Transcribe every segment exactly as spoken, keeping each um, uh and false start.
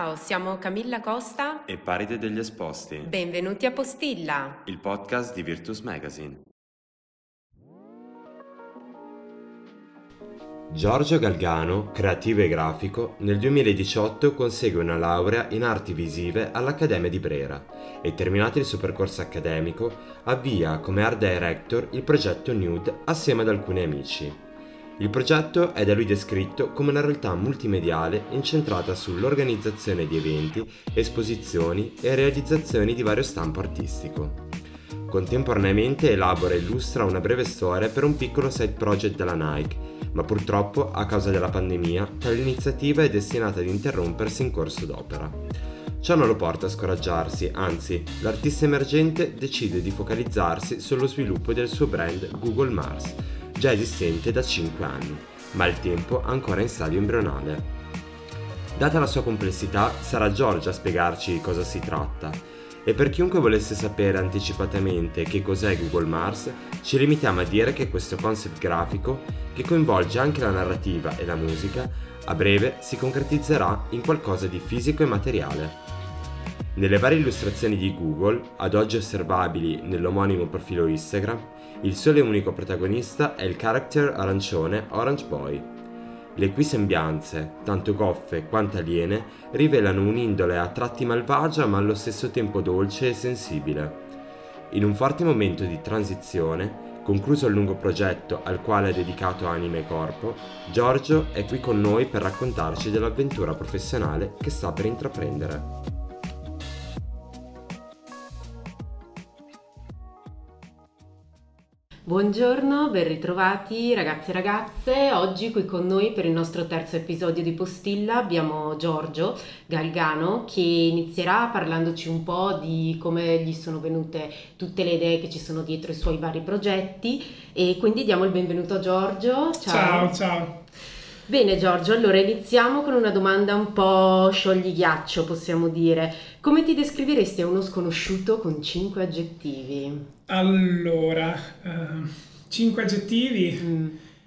Ciao, siamo Camilla Costa e Paride degli Esposti, benvenuti a Postilla. il podcast di Virtus Magazine. Giorgio Galgano, creativo e grafico, nel duemiladiciotto consegue una laurea in arti visive all'Accademia di Brera e, terminato il suo percorso accademico, avvia come art director il progetto Nude assieme ad alcuni amici. Il progetto è da lui descritto come una realtà multimediale incentrata sull'organizzazione di eventi, esposizioni e realizzazioni di vario stampo artistico. Contemporaneamente elabora e illustra una breve storia per un piccolo side project della Nike, ma purtroppo, a causa della pandemia, tale iniziativa è destinata ad interrompersi in corso d'opera. Ciò non lo porta a scoraggiarsi, anzi, l'artista emergente decide di focalizzarsi sullo sviluppo del suo brand Google Mars, già esistente da cinque anni, ma al tempo ancora in stadio embrionale. Data la sua complessità, sarà Giorgio a spiegarci di cosa si tratta. E per chiunque volesse sapere anticipatamente che cos'è Google Mars, ci limitiamo a dire che questo concept grafico, che coinvolge anche la narrativa e la musica, a breve si concretizzerà in qualcosa di fisico e materiale. Nelle varie illustrazioni di Google, ad oggi osservabili nell'omonimo profilo Instagram, il solo e unico protagonista è il character arancione Orange Boy. Le cui sembianze, tanto goffe quanto aliene, rivelano un'indole a tratti malvagia ma allo stesso tempo dolce e sensibile. In un forte momento di transizione, concluso il lungo progetto al quale è dedicato anima e corpo, Giorgio è qui con noi per raccontarci dell'avventura professionale che sta per intraprendere. Buongiorno, ben ritrovati ragazzi e ragazze. Oggi qui con noi per il nostro terzo episodio di Postilla abbiamo Giorgio Galgano che inizierà parlandoci un po' di come gli sono venute tutte le idee che ci sono dietro i suoi vari progetti, e quindi diamo il benvenuto a Giorgio. Ciao, ciao. ciao. Bene Giorgio, allora iniziamo con una domanda un po' scioglighiaccio, possiamo dire. Come ti descriveresti a uno sconosciuto con cinque aggettivi? Allora, uh, cinque aggettivi? Mm.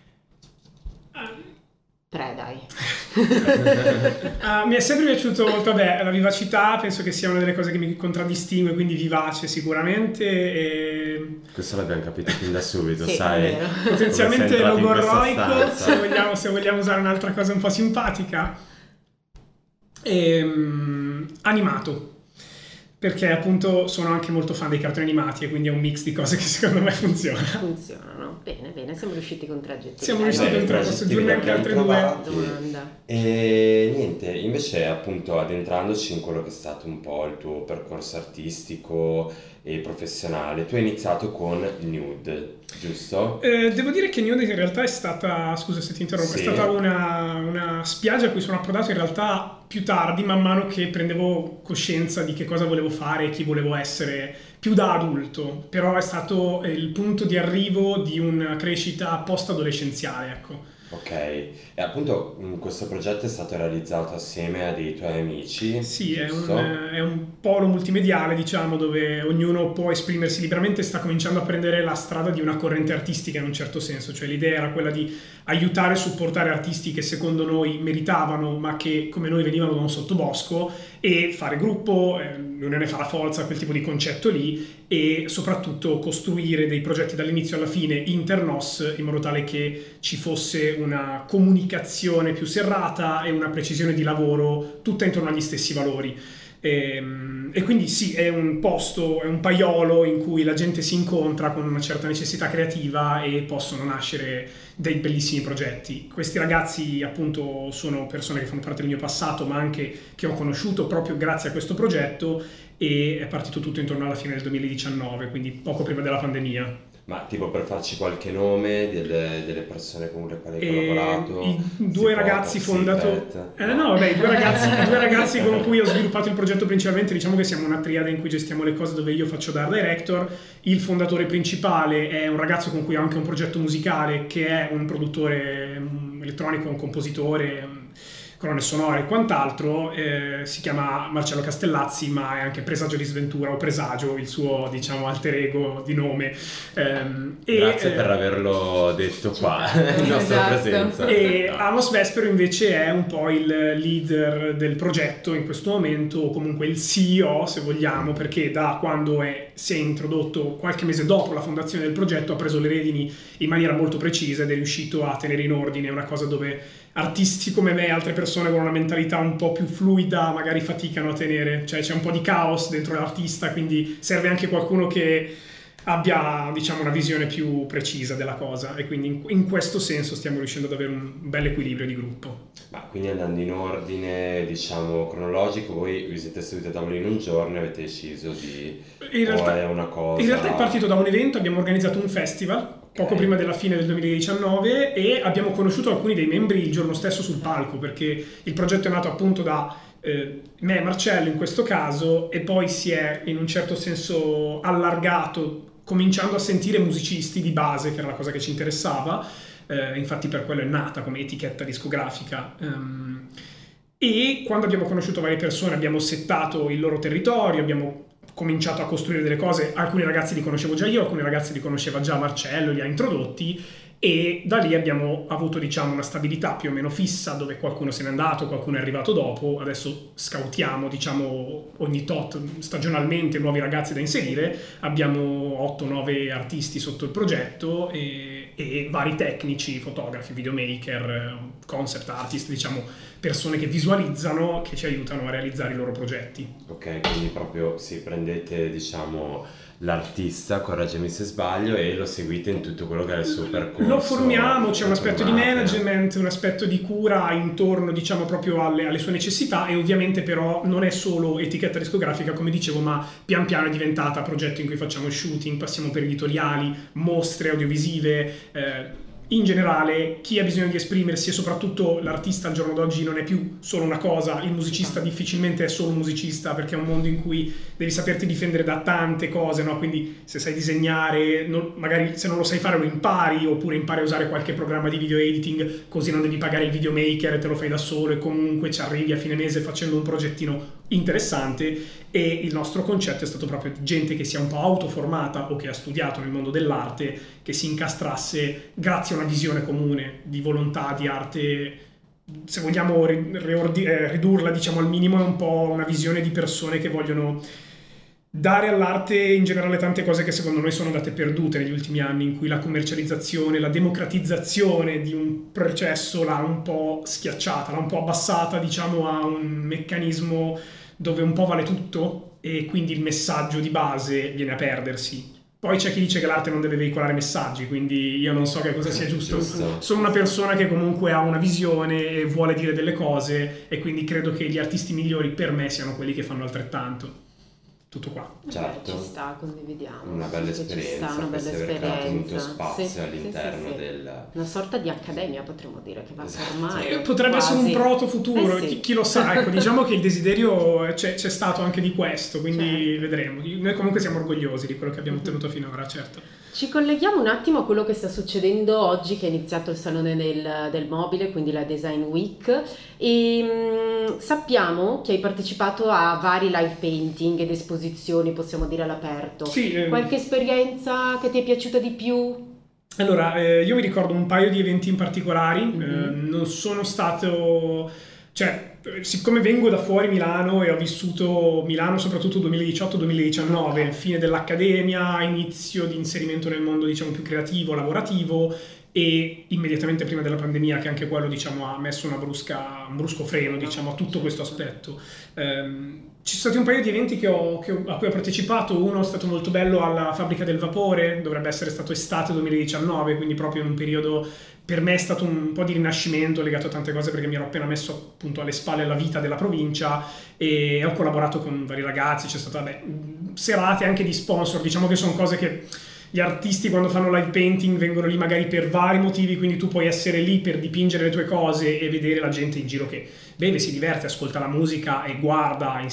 Tre, dai. uh, mi è sempre piaciuto molto, vabbè, la vivacità, penso che sia una delle cose che mi contraddistingue, quindi vivace sicuramente. E... Questo l'abbiamo capito fin da subito, sì, sai? Potenzialmente logorroico, se vogliamo, se vogliamo usare un'altra cosa un po' simpatica. E, um, animato. Perché appunto sono anche molto fan dei cartoni animati e quindi è un mix di cose che secondo me funziona. Funzionano, bene, bene, siamo riusciti con tre aggettivi. Siamo riusciti con tre, posso dirne anche altre due. Domanda. E niente, invece appunto addentrandoci in quello che è stato un po' il tuo percorso artistico e professionale, tu hai iniziato con Nude, giusto? Eh, devo dire che Nude in realtà è stata, scusa se ti interrompo, sì. È stata una, una spiaggia a cui sono approdato in realtà più tardi, man mano che prendevo coscienza di che cosa volevo fare e chi volevo essere più da adulto, però è stato il punto di arrivo di una crescita post-adolescenziale, ecco. Ok, e appunto questo progetto è stato realizzato assieme a dei tuoi amici? Sì, è un, è un polo multimediale, diciamo, dove ognuno può esprimersi liberamente, sta cominciando a prendere la strada di una corrente artistica in un certo senso, cioè l'idea era quella di aiutare e supportare artisti che secondo noi meritavano ma che come noi venivano da un sottobosco, e fare gruppo, eh, l'unione fa la forza, quel tipo di concetto lì, e soprattutto costruire dei progetti dall'inizio alla fine internos in modo tale che ci fosse una comunicazione più serrata e una precisione di lavoro tutta intorno agli stessi valori. E, e quindi sì, è un posto, è un paiolo in cui la gente si incontra con una certa necessità creativa e possono nascere dei bellissimi progetti. Questi ragazzi appunto sono persone che fanno parte del mio passato ma anche che ho conosciuto proprio grazie a questo progetto, e è partito tutto intorno alla fine del duemiladiciannove, quindi poco prima della pandemia. Ma tipo per farci qualche nome delle, delle persone con le quali hai collaborato? I due ragazzi fondatori. Eh, no, vabbè, i due ragazzi, i due ragazzi con cui ho sviluppato il progetto principalmente, diciamo che siamo una triade in cui gestiamo le cose, dove io faccio da art director. Il fondatore principale è un ragazzo con cui ho anche un progetto musicale, che è un produttore elettronico, un compositore, colonne sonore e quant'altro. Eh, si chiama Marcello Castellazzi, ma è anche Presagio di Sventura o Presagio, il suo, diciamo, alter ego di nome. Ehm, Grazie e, per eh, averlo detto qua, in nostra Esatto. presenza. E No. Amos Vespero invece è un po' il leader del progetto in questo momento, o comunque il C E O se vogliamo, perché da quando è, si è introdotto qualche mese dopo la fondazione del progetto ha preso le redini in maniera molto precisa ed è riuscito a tenere in ordine una cosa dove artisti come me e altre persone con una mentalità un po' più fluida magari faticano a tenere, cioè c'è un po' di caos dentro l'artista, quindi serve anche qualcuno che abbia, diciamo, una visione più precisa della cosa, e quindi in, in questo senso stiamo riuscendo ad avere un bel equilibrio di gruppo. Ma quindi andando in ordine, diciamo, cronologico, voi vi siete seduti a tavolino un giorno e avete deciso di... In realtà, o è una cosa... in realtà è partito da un evento, abbiamo organizzato un festival poco prima della fine del duemiladiciannove e abbiamo conosciuto alcuni dei membri il giorno stesso sul palco, perché il progetto è nato appunto da eh, me e Marcello in questo caso, e poi si è in un certo senso allargato, cominciando a sentire musicisti di base, che era la cosa che ci interessava, eh, infatti per quello è nata come etichetta discografica. Um, e quando abbiamo conosciuto varie persone abbiamo settato il loro territorio, abbiamo cominciato a costruire delle cose. Alcuni ragazzi li conoscevo già io, alcuni ragazzi li conosceva già Marcello, li ha introdotti, e da lì abbiamo avuto, diciamo, una stabilità più o meno fissa, dove qualcuno se n'è andato, qualcuno è arrivato dopo. Adesso scoutiamo, diciamo, ogni tot stagionalmente nuovi ragazzi da inserire. Abbiamo otto nove artisti sotto il progetto e, e vari tecnici, fotografi, videomaker, concept artist, diciamo persone che visualizzano, che ci aiutano a realizzare i loro progetti. Ok, quindi proprio sì, prendete, diciamo, l'artista, correggimi se sbaglio, e lo seguite in tutto quello che è il suo percorso. Lo formiamo, c'è un aspetto di formate. management, un aspetto di cura intorno, diciamo, proprio alle, alle sue necessità, e ovviamente però non è solo etichetta discografica, come dicevo, ma pian piano è diventata progetto in cui facciamo shooting, passiamo per editoriali, mostre audiovisive. eh, In generale, chi ha bisogno di esprimersi, e soprattutto l'artista al giorno d'oggi non è più solo una cosa, il musicista difficilmente è solo un musicista, perché è un mondo in cui devi saperti difendere da tante cose, no? Quindi se sai disegnare, non, magari se non lo sai fare lo impari, oppure impari a usare qualche programma di video editing, così non devi pagare il videomaker e te lo fai da solo, e comunque ci arrivi a fine mese facendo un progettino interessante. E il nostro concetto è stato proprio di gente che sia un po' autoformata o che ha studiato nel mondo dell'arte, che si incastrasse grazie a una visione comune di volontà di arte. Se vogliamo riordi- eh, ridurla, diciamo, al minimo, è un po' una visione di persone che vogliono dare all'arte in generale tante cose che secondo noi sono andate perdute negli ultimi anni, in cui la commercializzazione, la democratizzazione di un processo l'ha un po' schiacciata, l'ha un po' abbassata, diciamo, a un meccanismo dove un po' vale tutto, e quindi il messaggio di base viene a perdersi. Poi c'è chi dice che l'arte non deve veicolare messaggi, quindi io non so che cosa sia giusto. Giusto. Sono una persona che comunque ha una visione e vuole dire delle cose, e quindi credo che gli artisti migliori per me siano quelli che fanno altrettanto. Tutto qua. Certo. Beh, ci sta, condividiamo. Una bella Sì, che ci esperienza, sta, una bella questo aver creato molto esperienza. spazio Sì, all'interno sì, sì, sì. del... Una sorta di accademia, potremmo dire, che va Esatto. ormai. Eh, Potrebbe essere un quasi. proto futuro, Eh sì. chi, chi lo sa. Ecco, diciamo che il desiderio c'è, c'è stato anche di questo, quindi Certo. vedremo. Noi comunque siamo orgogliosi di quello che abbiamo ottenuto finora, certo. Ci colleghiamo un attimo a quello che sta succedendo oggi, che è iniziato il Salone del, del Mobile, quindi la Design Week, e mh, sappiamo che hai partecipato a vari live painting ed esposizioni, possiamo dire all'aperto. Sì, eh, Qualche esperienza che ti è piaciuta di più? allora, eh, io mi ricordo un paio di eventi in particolari. Mhm. eh, non sono stato... Cioè, siccome vengo da fuori Milano e ho vissuto Milano soprattutto duemiladiciotto duemiladiciannove, fine dell'accademia, inizio di inserimento nel mondo, diciamo, più creativo, lavorativo, e immediatamente prima della pandemia, che anche quello, diciamo, ha messo una brusca, un brusco freno, diciamo, a tutto questo aspetto. Ehm, ci sono stati un paio di eventi che ho, che ho- a cui ho partecipato. Uno è stato molto bello alla Fabbrica del Vapore, dovrebbe essere stato estate duemiladiciannove, quindi proprio in un periodo, per me è stato un po' di rinascimento legato a tante cose, perché mi ero appena messo appunto alle spalle la vita della provincia, e ho collaborato con vari ragazzi. C'è stata, vabbè, serate anche di sponsor, diciamo che sono cose che gli artisti quando fanno live painting vengono lì magari per vari motivi, quindi tu puoi essere lì per dipingere le tue cose e vedere la gente in giro che beve, si diverte, ascolta la musica e guarda insieme a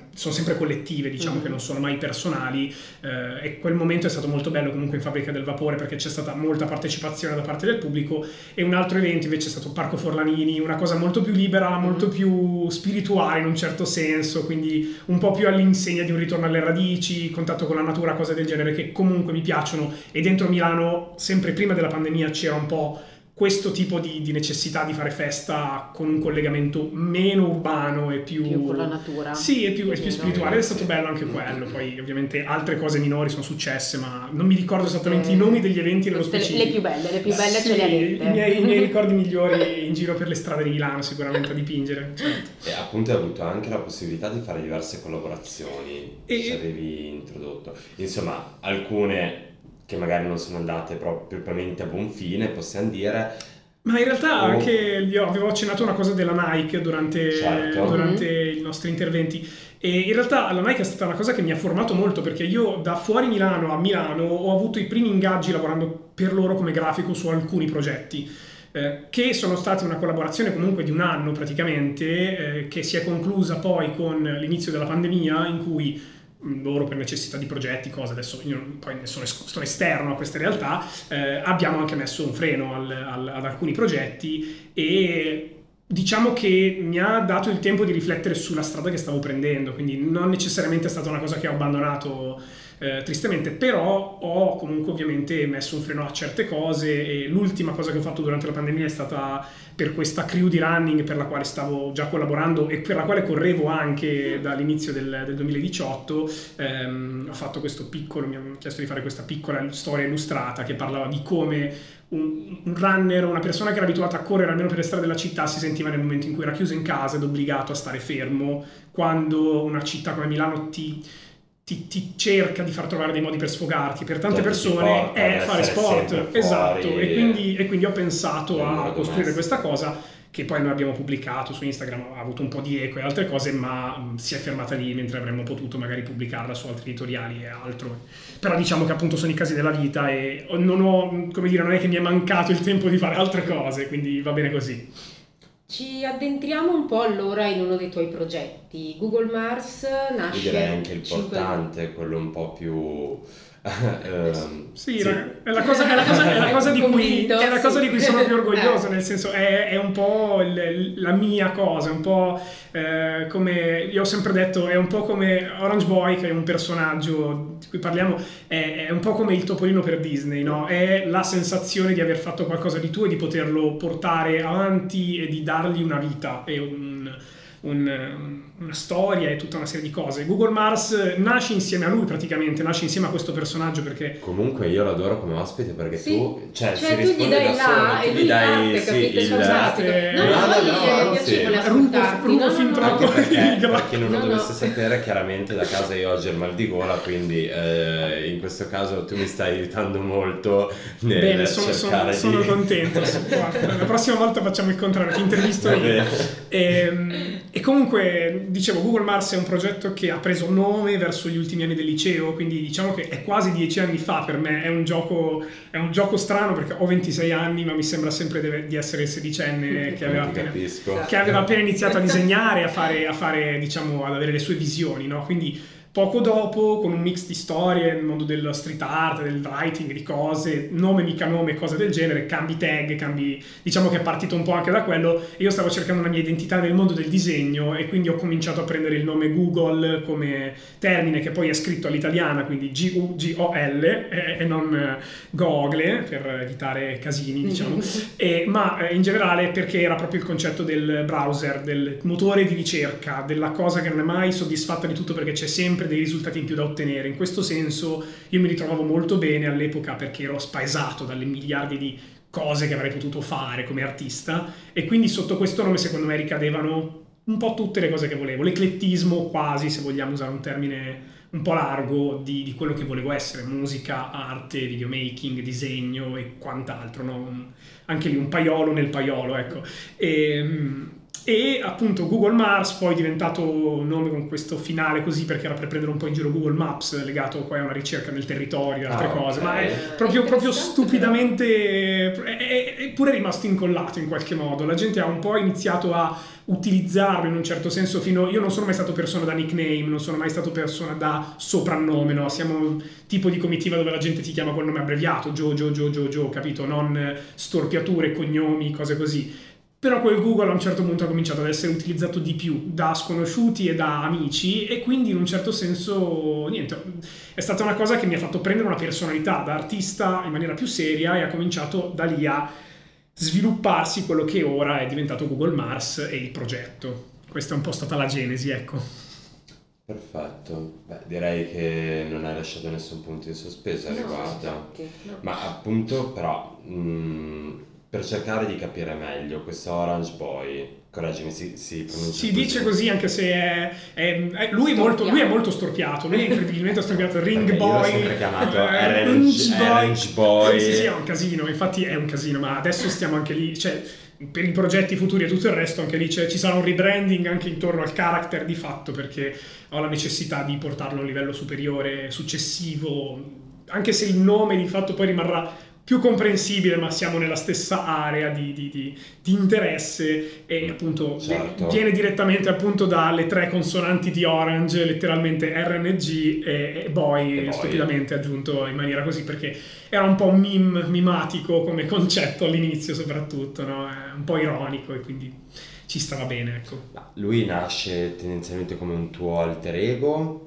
sono sempre collettive, diciamo, mm-hmm. che non sono mai personali, eh, e quel momento è stato molto bello comunque in Fabbrica del Vapore, perché c'è stata molta partecipazione da parte del pubblico. E un altro evento invece è stato Parco Forlanini, una cosa molto più libera, molto mm-hmm. più spirituale in un certo senso, quindi un po' più all'insegna di un ritorno alle radici, contatto con la natura, cose del genere che comunque mi piacciono. E dentro Milano, sempre prima della pandemia, c'era un po' questo tipo di, di necessità di fare festa con un collegamento meno urbano e più... più con la natura. Sì, è più, è più spirituale, è stato bello anche quello. Poi ovviamente altre cose minori sono successe, ma non mi ricordo esattamente eh, i nomi degli eventi nello specifico. Le più belle, le più belle sì, ce le ha dette. I miei, i miei ricordi migliori in giro per le strade di Milano, sicuramente a dipingere. Certo. E appunto hai avuto anche la possibilità di fare diverse collaborazioni, e... ci avevi introdotto. Insomma, alcune... che magari non sono andate proprio propriamente a buon fine, possiamo dire. Ma in realtà oh. anche io avevo accennato una cosa della Nike durante, certo. durante mm-hmm. i nostri interventi, e in realtà la Nike è stata una cosa che mi ha formato molto, perché io da fuori Milano a Milano ho avuto i primi ingaggi lavorando per loro come grafico su alcuni progetti. Eh, che sono stati una collaborazione comunque di un anno praticamente, eh, che si è conclusa poi con l'inizio della pandemia, in cui loro, per necessità di progetti, cose, adesso io poi ne sono, sono esterno a queste realtà, eh, abbiamo anche messo un freno al, al, ad alcuni progetti, e diciamo che mi ha dato il tempo di riflettere sulla strada che stavo prendendo, quindi non necessariamente è stata una cosa che ho abbandonato eh, tristemente, però ho comunque ovviamente messo un freno a certe cose. E l'ultima cosa che ho fatto durante la pandemia è stata per questa crew di running per la quale stavo già collaborando e per la quale correvo anche dall'inizio del, del duemiladiciotto. ehm, ho fatto questo piccolo, mi hanno chiesto di fare questa piccola storia illustrata che parlava di come un, un runner, una persona che era abituata a correre almeno per le strade della città, si sentiva nel momento in cui era chiuso in casa ed obbligato a stare fermo, quando una città come Milano ti Ti, ti cerca di far trovare dei modi per sfogarti. Per tante persone è fare sport, esatto, e quindi, e quindi ho pensato a costruire questa cosa, che poi noi abbiamo pubblicato su Instagram, ha avuto un po' di eco e altre cose, ma mh, si è fermata lì, mentre avremmo potuto magari pubblicarla su altri editoriali e altro. Però diciamo che appunto sono i casi della vita, e non ho, come dire, non è che mi è mancato il tempo di fare altre cose, quindi va bene così. Ci addentriamo un po' allora in uno dei tuoi progetti. Google Mars nasce... Io direi anche importante, cinque... quello un po' più... Um, sì, sì. È la cosa, è la cosa, è la cosa, di, cui, è la cosa sì. di cui sono più orgoglioso, nel senso è, è un po' il, la mia cosa, è un po' eh, come io ho sempre detto, è un po' come Orange Boy, che è un personaggio di cui parliamo, è, è un po' come il topolino per Disney, no? È la sensazione di aver fatto qualcosa di tuo e di poterlo portare avanti e di dargli una vita e un... Un, una storia e tutta una serie di cose. Google Mars nasce insieme a lui, praticamente nasce insieme a questo personaggio, perché comunque io lo adoro come ospite, perché sì. tu cioè, cioè si tu risponde gli dai da là solo, e tu gli dai parte, sì, capite? il Scusate, no, no, no, no, no, no, piacevole ascoltarti. Rubo, rubo fin troppo. Anche perché, per chi non lo no, dovesse no. sapere, chiaramente da casa io oggi ho il mal di gola, quindi eh, in questo caso tu mi stai aiutando molto nel Bene, sono, cercare sono, di... sono contento. La prossima volta facciamo il contrario, ti intervisto io. E, e comunque, dicevo, Google Mars è un progetto che ha preso nome verso gli ultimi anni del liceo, quindi diciamo che è quasi dieci anni fa per me. È un gioco, è un gioco strano, perché ho ventisei anni, ma mi sembra sempre deve, di essere il sedicenne che aveva, appena, che aveva appena iniziato a disegnare, a fare, a fare, diciamo, ad avere le sue visioni, no? Quindi poco dopo, con un mix di storie nel mondo dello street art, del writing, di cose, nome mica nome, cose del genere, cambi tag, cambi, diciamo che è partito un po' anche da quello. Io stavo cercando una mia identità nel mondo del disegno, e quindi ho cominciato a prendere il nome Google come termine, che poi è scritto all'italiana, quindi G U G O L, e, e non Google, per evitare casini, diciamo, e, ma in generale perché era proprio il concetto del browser, del motore di ricerca, della cosa che non è mai soddisfatta di tutto, perché c'è sempre dei risultati in più da ottenere. In questo senso io mi ritrovavo molto bene all'epoca, perché ero spaesato dalle miliardi di cose che avrei potuto fare come artista, e quindi sotto questo nome secondo me ricadevano un po' tutte le cose che volevo, l'eclettismo quasi, se vogliamo usare un termine un po' largo, di, di quello che volevo essere: musica, arte, videomaking, disegno e quant'altro, no? Anche lì un paiolo nel paiolo, ecco. E, E appunto Google Mars poi è diventato un nome con questo finale così perché era per prendere un po' in giro Google Maps legato poi a una ricerca nel territorio e altre ah, cose, okay. ma è proprio, proprio stupidamente è, è, è pure rimasto incollato in qualche modo. La gente ha un po' iniziato a utilizzarlo in un certo senso fino... Io non sono mai stato persona da nickname, non sono mai stato persona da soprannome, no? Siamo un tipo di comitiva dove la gente ti chiama col nome abbreviato, Joe, Joe, Joe, Joe, Joe, capito? Non storpiature, cognomi, cose così. Però quel Google a un certo punto ha cominciato ad essere utilizzato di più da sconosciuti e da amici e quindi in un certo senso, niente, è stata una cosa che mi ha fatto prendere una personalità da artista in maniera più seria e ha cominciato da lì a svilupparsi quello che ora è diventato Google Mars e il progetto. Questa è un po' stata la genesi, ecco. Perfetto, beh, direi che non hai lasciato nessun punto in sospeso a No, riguardo, infatti, no. ma appunto però mh, per cercare di capire meglio questo Orange Boy, correggimi, si, si pronuncia Si così? dice così anche se è, è, è lui, è molto, lui è molto storpiato, lui è incredibilmente storpiato, Ring Perché io l'ho Boy, sempre chiamato eh, Orange Orange Boy. Sì, sì, sì, è un casino, infatti è un casino, ma adesso stiamo anche lì, cioè per i progetti futuri e tutto il resto anche lì c'è, ci sarà un rebranding anche intorno al character di fatto perché ho la necessità di portarlo a un livello superiore, successivo, anche se il nome di fatto poi rimarrà più comprensibile, ma siamo nella stessa area di, di, di, di interesse e appunto certo. viene direttamente appunto dalle tre consonanti di Orange, letteralmente R N G e, e Boy, e stupidamente aggiunto in maniera così perché era un po' un meme, mimatico come concetto all'inizio soprattutto, no? È un po' ironico e quindi ci stava bene, ecco. Lui nasce tendenzialmente come un tuo alter ego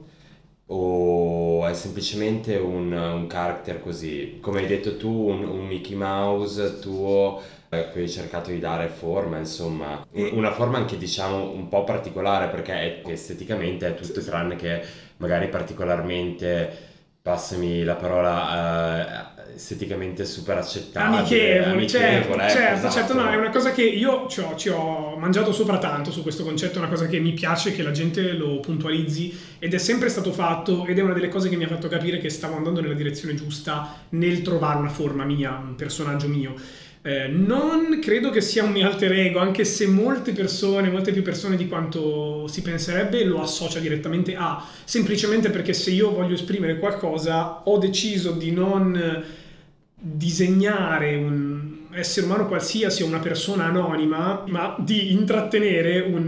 o è semplicemente un, un character così, come hai detto tu, un, un Mickey Mouse tuo a cui hai cercato di dare forma, insomma, una forma anche diciamo un po' particolare perché esteticamente è tutto tranne che magari particolarmente, passami la parola, uh, esteticamente super accettabile, amichevole, amichevole, certo, ecco, certo, esatto. certo, no, è una cosa che io ci ho, ci ho mangiato sopra tanto su questo concetto, è una cosa che mi piace che la gente lo puntualizzi ed è sempre stato fatto ed è una delle cose che mi ha fatto capire che stavo andando nella direzione giusta nel trovare una forma mia, un personaggio mio. Eh, non credo che sia un mio alter ego, anche se molte persone, molte più persone di quanto si penserebbe lo associa direttamente a, semplicemente perché se io voglio esprimere qualcosa ho deciso di non disegnare un essere umano qualsiasi o una persona anonima, ma di intrattenere un,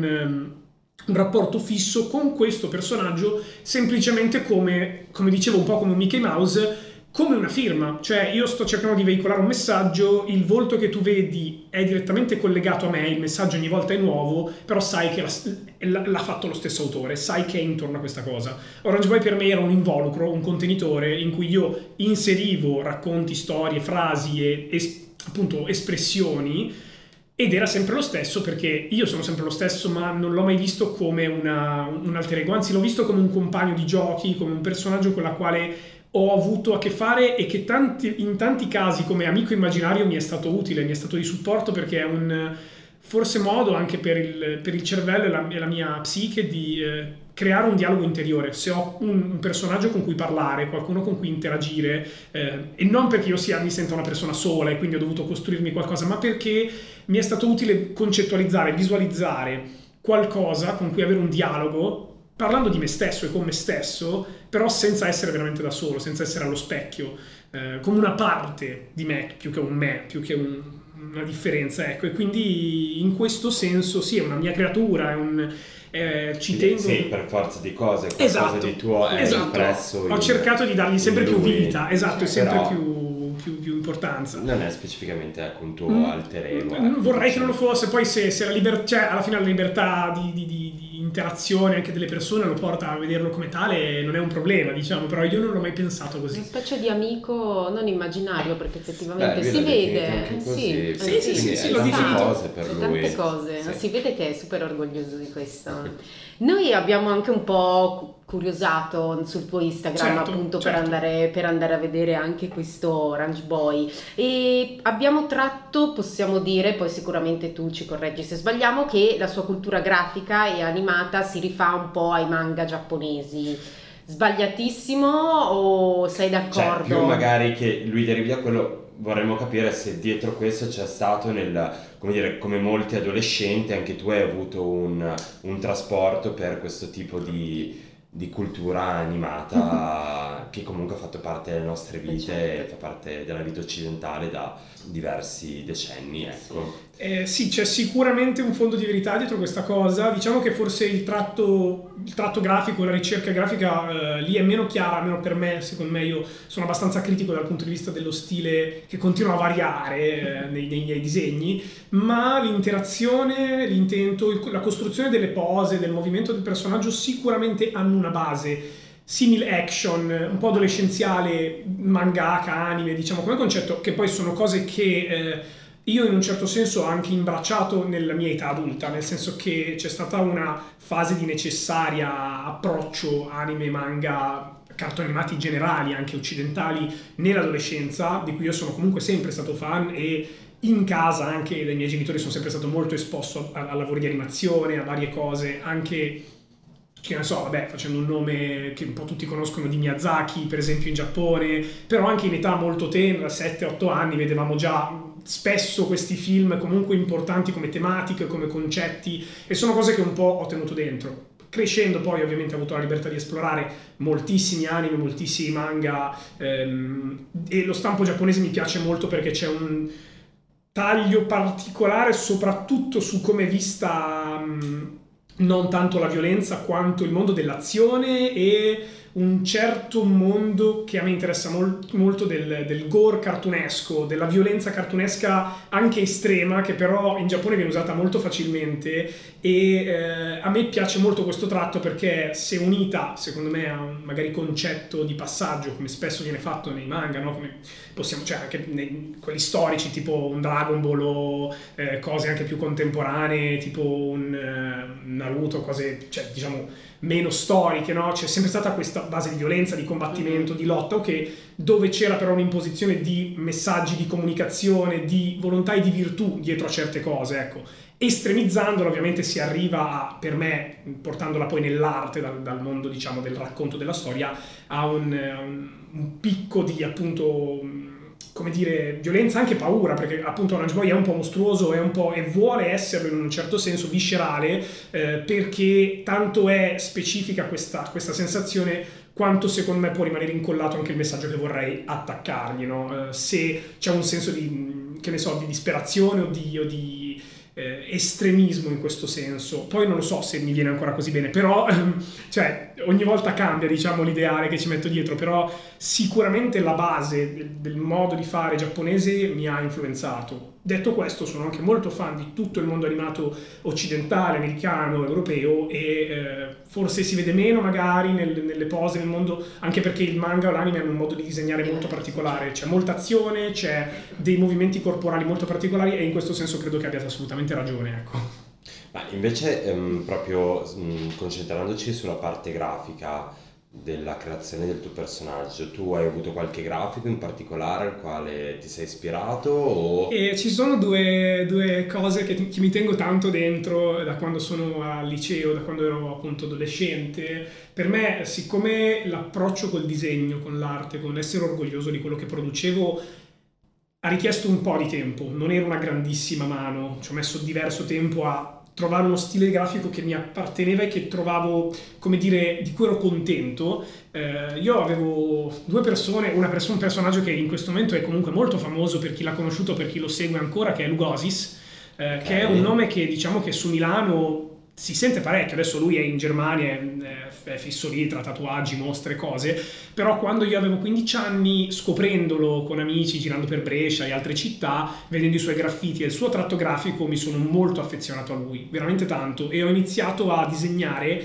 un rapporto fisso con questo personaggio semplicemente come, come dicevo, un po' come un Mickey Mouse, come una firma, cioè io sto cercando di veicolare un messaggio, il volto che tu vedi è direttamente collegato a me, il messaggio ogni volta è nuovo, però sai che l'ha, l'ha fatto lo stesso autore, sai che è intorno a questa cosa. Orange Boy per me era un involucro, un contenitore in cui io inserivo racconti, storie, frasi e es, appunto espressioni ed era sempre lo stesso perché io sono sempre lo stesso ma non l'ho mai visto come una, un alter ego, anzi l'ho visto come un compagno di giochi, come un personaggio con la quale ho avuto a che fare e che tanti, in tanti casi come amico immaginario mi è stato utile, mi è stato di supporto perché è un forse modo anche per il, per il cervello e la, e la mia psiche di eh, creare un dialogo interiore. Se ho un, un personaggio con cui parlare, qualcuno con cui interagire eh, e non perché io sia, mi senta una persona sola e quindi ho dovuto costruirmi qualcosa, ma perché mi è stato utile concettualizzare, visualizzare qualcosa con cui avere un dialogo parlando di me stesso e con me stesso, però senza essere veramente da solo, senza essere allo specchio, eh, come una parte di me, più che un me, più che un, una differenza, ecco. E quindi in questo senso sì, è una mia creatura, è un... Eh, ci tengo... Sì, per forza di cose, qualcosa esatto, di tuo è esatto. impresso. Ho in, cercato di dargli sempre più lui. vita, esatto, e sempre Però più, più, più importanza. Non è specificamente ecco, un tuo Mm, alter ego. mm, ecco, vorrei che diciamo. non lo fosse, poi se, se la libertà, cioè alla fine la libertà di, di, di, di interazione anche delle persone lo porta a vederlo come tale, non è un problema, diciamo, però io non l'ho mai pensato così. Una specie di amico non immaginario perché effettivamente Beh, lui si l'ha definito vede, anche così, sì, sì, sì, sì, sì, l'ho tante definito. cose per lui. tante cose, Sì. si vede che è super orgoglioso di questo. Noi abbiamo anche un po' curiosato sul tuo Instagram, Certo, appunto certo. per, andare, per andare a vedere anche questo Orange Boy e abbiamo tratto, possiamo dire, poi sicuramente tu ci correggi se sbagliamo, che la sua cultura grafica e animata si rifà un po' ai manga giapponesi. Sbagliatissimo o sei Cioè, d'accordo? più magari che lui derivi da quello, vorremmo capire se dietro questo c'è stato nel, come dire, come molti adolescenti, anche tu hai avuto un, un trasporto per questo tipo di, di cultura animata che comunque ha fatto parte delle nostre vite e fa parte della vita occidentale da diversi decenni, ecco. Eh, sì, c'è sicuramente un fondo di verità dietro questa cosa. Diciamo che forse il tratto, il tratto grafico, la ricerca grafica eh, lì è meno chiara, almeno per me. Secondo me, io sono abbastanza critico dal punto di vista dello stile che continua a variare eh, nei, nei miei disegni, ma l'interazione, l'intento, il, la costruzione delle pose, del movimento del personaggio sicuramente hanno una base simile action, un po' adolescenziale, mangaka, anime, diciamo come concetto, che poi sono cose che eh, io in un certo senso ho anche imbracciato nella mia età adulta, nel senso che c'è stata una fase di necessaria approccio anime, manga, cartoni animati generali, anche occidentali, nell'adolescenza, di cui io sono comunque sempre stato fan, e in casa anche dai miei genitori sono sempre stato molto esposto a, a lavori di animazione, a varie cose, anche... che ne so, vabbè, facendo un nome che un po' tutti conoscono di Miyazaki, per esempio in Giappone, però anche in età molto tenera, sette otto anni, vedevamo già spesso questi film comunque importanti come tematiche, come concetti, e sono cose che un po' ho tenuto dentro. Crescendo poi ovviamente ho avuto la libertà di esplorare moltissimi anime, moltissimi manga, ehm, e lo stampo giapponese mi piace molto perché c'è un taglio particolare soprattutto su come è vista... Mh, non tanto la violenza quanto il mondo dell'azione e un certo mondo che a me interessa mol- molto del, del gore cartunesco, della violenza cartunesca anche estrema, che però in Giappone viene usata molto facilmente, e eh, a me piace molto questo tratto perché se unita secondo me a un magari concetto di passaggio, come spesso viene fatto nei manga, no? Come possiamo, cioè anche nei, quelli storici tipo un Dragon Ball o eh, cose anche più contemporanee tipo un eh, Naruto, cose cioè diciamo meno storiche, no? C'è sempre stata questa base di violenza, di combattimento, di lotta, ok, dove c'era però un'imposizione di messaggi, di comunicazione, di volontà e di virtù dietro a certe cose, ecco. Estremizzandola ovviamente si arriva a, per me, portandola poi nell'arte, dal, dal mondo diciamo del racconto della storia, a un, un, un picco di appunto... come dire, violenza, anche paura, perché appunto Orange Boy è un po' mostruoso, è un po' e vuole esserlo in un certo senso viscerale, eh, perché tanto è specifica questa, questa sensazione quanto secondo me può rimanere incollato anche il messaggio che vorrei attaccargli, no? Eh, se c'è un senso di, che ne so, di disperazione o di, o di eh, estremismo in questo senso. Poi non lo so se mi viene ancora così bene, però cioè ogni volta cambia diciamo l'ideale che ci metto dietro, però sicuramente la base del, del modo di fare giapponese mi ha influenzato. Detto questo, sono anche molto fan di tutto il mondo animato occidentale, americano, europeo, e eh, forse si vede meno magari nel, nelle pose, nel mondo, anche perché il manga o l'anime hanno un modo di disegnare molto particolare, c'è molta azione, c'è dei movimenti corporali molto particolari, e in questo senso credo che abbiate assolutamente ragione, ecco. Ma invece ehm, proprio mh, concentrandoci sulla parte grafica della creazione del tuo personaggio, tu hai avuto qualche grafico in particolare al quale ti sei ispirato? O... E ci sono due, due cose che, che mi tengo tanto dentro da quando sono al liceo, da quando ero appunto adolescente. Per me, siccome l'approccio col disegno, con l'arte, con l'essere orgoglioso di quello che producevo ha richiesto un po' di tempo, non ero una grandissima mano, ci ho messo diverso tempo a trovare uno stile grafico che mi apparteneva e che trovavo, come dire, di cui ero contento. Eh, io avevo due persone, una persona, un personaggio che in questo momento è comunque molto famoso per chi l'ha conosciuto, per chi lo segue ancora, che è Lugosis, eh, che è un nome che diciamo che su Milano si sente parecchio. Adesso lui è in Germania, è, è fisso lì tra tatuaggi, mostre, cose, però quando io avevo quindici anni, scoprendolo con amici, girando per Brescia e altre città, vedendo i suoi graffiti e il suo tratto grafico, mi sono molto affezionato a lui, veramente tanto, e ho iniziato a disegnare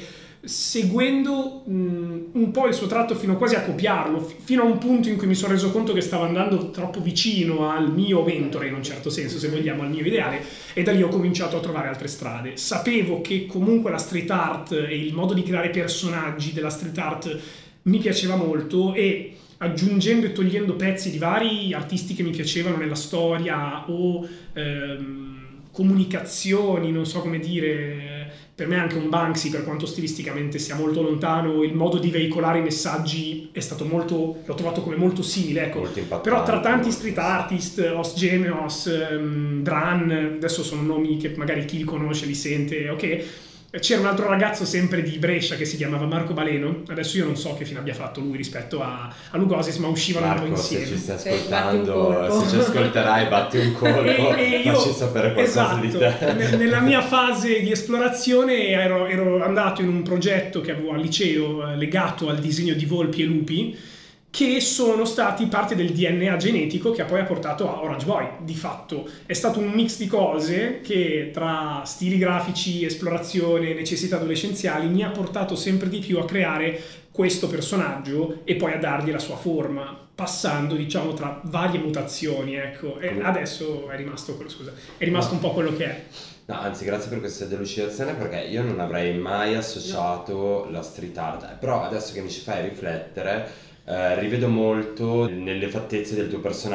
seguendo mh, un po' il suo tratto, fino quasi a copiarlo, f- fino a un punto in cui mi sono reso conto che stavo andando troppo vicino al mio mentore, in un certo senso, se vogliamo, al mio ideale, e da lì ho cominciato a trovare altre strade. Sapevo che comunque la street art e il modo di creare personaggi della street art mi piaceva molto, e aggiungendo e togliendo pezzi di vari artisti che mi piacevano nella storia o ehm, comunicazioni, non so come dire, per me anche un Banksy, per quanto stilisticamente sia molto lontano, il modo di veicolare i messaggi è stato molto, l'ho trovato come molto simile, ecco. Molto Però tra tanti street artist, Os Genios, um, Dran, adesso sono nomi che magari chi li conosce li sente, ok. C'era un altro ragazzo sempre di Brescia che si chiamava Marco Baleno, adesso io non so che fine abbia fatto lui rispetto a, a Lugosis, ma uscivano Marco, un po' insieme. se ci stai Eh, batti un ascoltando, colpo. se ci ascolterai batti un colpo, E, e io, facci sapere qualcosa esatto, di te. ne- nella mia fase di esplorazione ero, ero andato in un progetto che avevo al liceo eh, legato al disegno di volpi e lupi, che sono stati parte del D N A genetico che ha poi portato a Orange Boy. Di fatto è stato un mix di cose che tra stili grafici, esplorazione, necessità adolescenziali mi ha portato sempre di più a creare questo personaggio e poi a dargli la sua forma, passando diciamo tra varie mutazioni, ecco. E adesso è rimasto quello, scusa, è rimasto un po' quello che è. No, anzi, grazie per questa delucidazione, perché io non avrei mai associato la street art, però adesso che mi ci fai riflettere, eh, rivedo molto nelle fattezze del tuo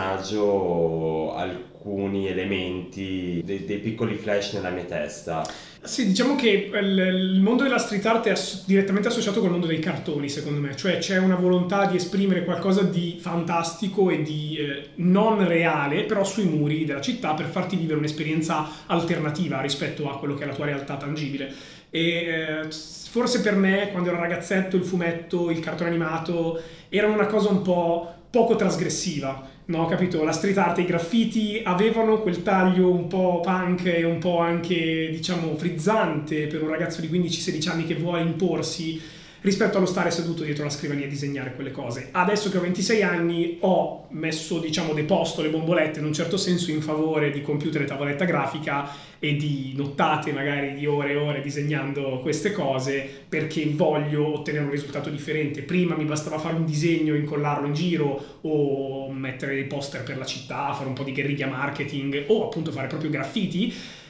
personaggio alcuni elementi, dei, dei piccoli flash nella mia testa. Sì, diciamo che il, il mondo della street art è ass- direttamente associato col mondo dei cartoni, secondo me, cioè c'è una volontà di esprimere qualcosa di fantastico e di eh, non reale, però sui muri della città, per farti vivere un'esperienza alternativa rispetto a quello che è la tua realtà tangibile. E eh, forse per me, quando ero ragazzetto, il fumetto, il cartone animato erano una cosa un po' poco trasgressiva. No, capito? La street art e i graffiti avevano quel taglio un po' punk e un po' anche, diciamo, frizzante per un ragazzo di quindici sedici anni che vuole imporsi rispetto allo stare seduto dietro la scrivania a disegnare quelle cose. Adesso che ho ventisei anni ho messo, diciamo, deposto le bombolette in un certo senso in favore di computer e tavoletta grafica e di nottate magari di ore e ore disegnando queste cose, perché voglio ottenere un risultato differente. Prima mi bastava fare un disegno, incollarlo in giro o mettere dei poster per la città, fare un po' di guerriglia marketing o appunto fare proprio graffiti.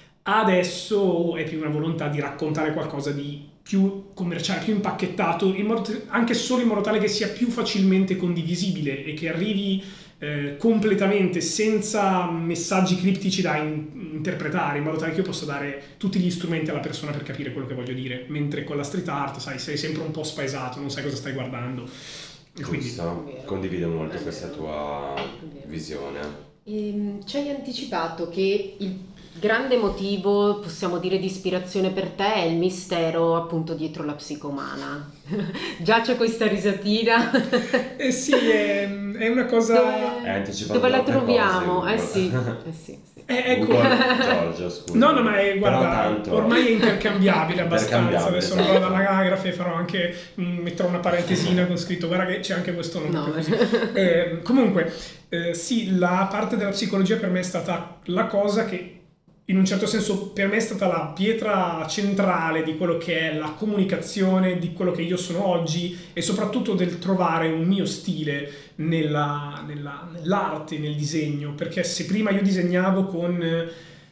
Adesso è più una volontà di raccontare qualcosa di più commerciale, più impacchettato, in modo, anche solo in modo tale che sia più facilmente condivisibile e che arrivi eh, completamente senza messaggi criptici da in- interpretare, in modo tale che io possa dare tutti gli strumenti alla persona per capire quello che voglio dire, mentre con la street art, sai, sei sempre un po' spaesato, non sai cosa stai guardando. E quindi... Giusto, condivido molto questa tua visione. Ehm, ci hai anticipato che il grande motivo, possiamo dire, di ispirazione per te è il mistero appunto dietro la psiche umana. Già c'è questa risatina. Eh sì, è, è una cosa... Dove, Hai anticipato dove la molte troviamo? cose, Eh Google. sì, eh sì, sì. Eh, ecco. Google, Giorgio, scusa. No, no, ma è, guarda, Però tanto- ormai è intercambiabile abbastanza. Intercambiabile, Adesso esatto. vado all'anagrafe e farò anche, mh, metterò una parentesina con scritto, guarda che c'è anche questo nome. No, così. Eh, comunque, eh, sì, la parte della psicologia per me è stata la cosa che, in un certo senso, per me è stata la pietra centrale di quello che è la comunicazione, di quello che io sono oggi e soprattutto del trovare un mio stile nella, nella, nell'arte, nel disegno, perché se prima io disegnavo con eh,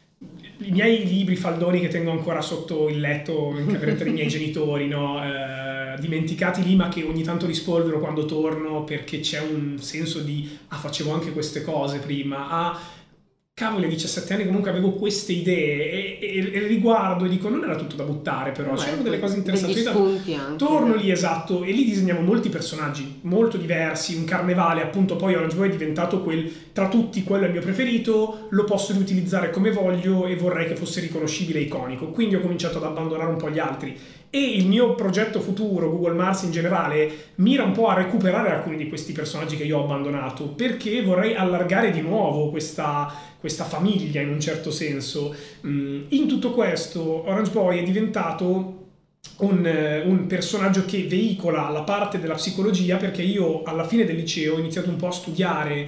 i miei libri faldoni che tengo ancora sotto il letto in cameretta dei miei genitori, no? eh, dimenticati lì ma che ogni tanto rispolvero quando torno perché c'è un senso di ah, facevo anche queste cose prima, ah, cavolo, a diciassette anni comunque avevo queste idee e, e, e riguardo e dico non era tutto da buttare, però No, c'erano ecco, delle cose interessanti. degli spunti anche. Torno lì, esatto, e lì disegnavo molti personaggi molto diversi, un carnevale, appunto. Poi Orange Boy è diventato quel, tra tutti quello è il mio preferito, lo posso riutilizzare come voglio e vorrei che fosse riconoscibile e iconico, quindi ho cominciato ad abbandonare un po' gli altri. E il mio progetto futuro, Google Mars in generale, mira un po' a recuperare alcuni di questi personaggi che io ho abbandonato, perché vorrei allargare di nuovo questa, questa famiglia in un certo senso. In tutto questo, Orange Boy è diventato un, un personaggio che veicola la parte della psicologia, perché io alla fine del liceo ho iniziato un po' a studiare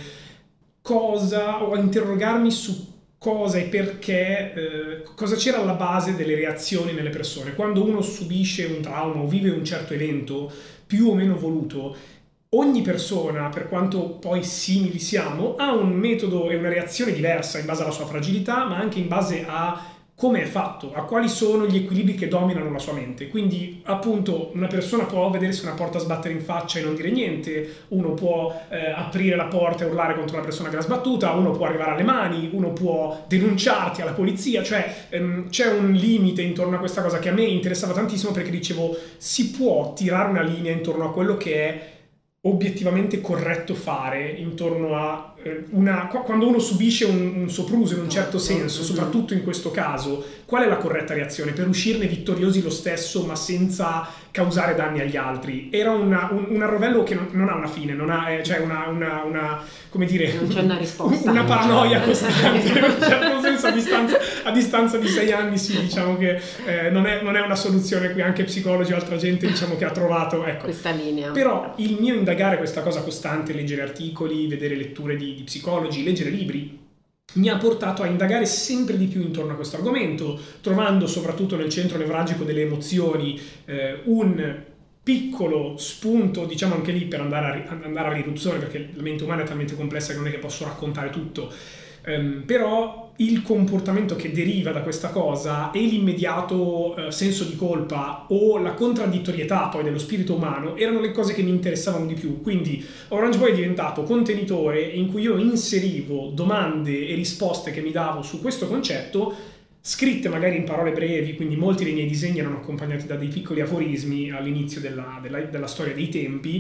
cosa, o a interrogarmi su cosa e perché, eh, cosa c'era alla base delle reazioni nelle persone. Quando uno subisce un trauma o vive un certo evento, più o meno voluto, ogni persona, per quanto poi simili siamo, ha un metodo e una reazione diversa in base alla sua fragilità, ma anche in base a come è fatto, a quali sono gli equilibri che dominano la sua mente. Quindi appunto una persona può vedersi una porta sbattere in faccia e non dire niente, uno può eh, aprire la porta e urlare contro la persona che l'ha sbattuta, uno può arrivare alle mani, uno può denunciarti alla polizia, cioè ehm, c'è un limite intorno a questa cosa che a me interessava tantissimo, perché dicevo si può tirare una linea intorno a quello che è obiettivamente corretto fare intorno a eh, una quando uno subisce un, un sopruso in un certo senso, soprattutto in questo caso, qual è la corretta reazione per uscirne vittoriosi lo stesso ma senza causare danni agli altri? Era una, un, un arrovello che non, non ha una fine, non ha, eh, cioè una, una, una come dire, non c'è una risposta, una paranoia costante, in un certo senso a distanza, a distanza di sei anni sì, diciamo che eh, non, è, non è una soluzione qui, anche psicologi o altra gente diciamo che ha trovato ecco. questa linea. Però il mio indagare questa cosa costante, leggere articoli, vedere letture di, di psicologi, leggere libri, mi ha portato a indagare sempre di più intorno a questo argomento, trovando soprattutto nel centro nevralgico delle emozioni eh, un piccolo spunto, diciamo anche lì per andare a, andare a riduzione, perché la mente umana è talmente complessa che non è che posso raccontare tutto. Um, però il comportamento che deriva da questa cosa e l'immediato uh, senso di colpa o la contraddittorietà poi dello spirito umano erano le cose che mi interessavano di più. Quindi Orange Boy è diventato contenitore in cui io inserivo domande e risposte che mi davo su questo concetto, scritte magari in parole brevi, quindi molti dei miei disegni erano accompagnati da dei piccoli aforismi all'inizio della, della, della storia dei tempi,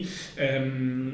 um,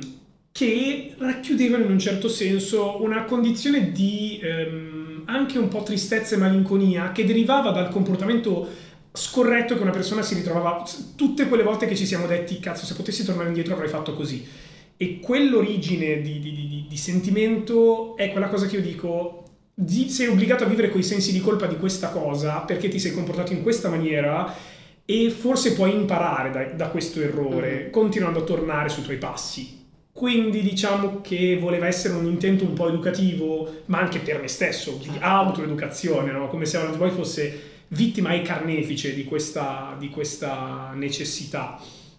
che racchiudevano in un certo senso una condizione di ehm, anche un po' tristezza e malinconia che derivava dal comportamento scorretto che una persona si ritrovava tutte quelle volte che ci siamo detti cazzo, se potessi tornare indietro avrei fatto così. E quell'origine di, di, di, di sentimento è quella cosa che io dico, di, sei obbligato a vivere coi sensi di colpa di questa cosa perché ti sei comportato in questa maniera e forse puoi imparare da, da questo errore, mm. continuando a tornare sui tuoi passi. Quindi diciamo che voleva essere un intento un po' educativo, ma anche per me stesso, di autoeducazione, no? Come se Orange Boy fosse vittima e carnefice di questa, di questa necessità.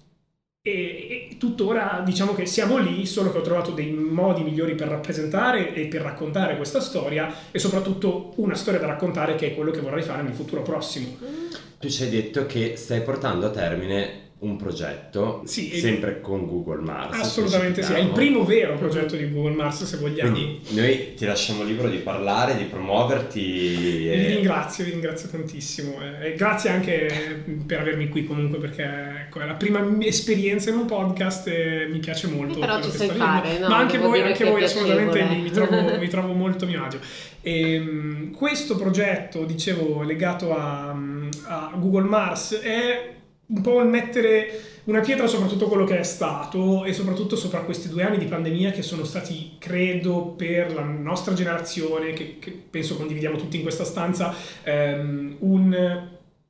E, e tuttora diciamo che siamo lì, solo che ho trovato dei modi migliori per rappresentare e per raccontare questa storia, e soprattutto una storia da raccontare che è quello che vorrei fare nel futuro prossimo. Tu ci hai detto che stai portando a termine un progetto, sì, sempre con Google Mars. Assolutamente sì, è il primo vero progetto di Google Mars, se vogliamo. Quindi noi ti lasciamo libero di parlare, di promuoverti. E... Vi ringrazio, vi ringrazio tantissimo. E grazie anche per avermi qui comunque, perché ecco, è la prima esperienza in un podcast e mi piace molto. Però ci sai fare, no? Ma anche voi, anche voi assolutamente mi, mi, trovo, mi trovo molto a mio agio. E, um, questo progetto, dicevo, legato a, a Google Mars è un po' il mettere una pietra sopra tutto quello che è stato e soprattutto sopra questi due anni di pandemia che sono stati, credo, per la nostra generazione, che, che penso condividiamo tutti in questa stanza, ehm, un,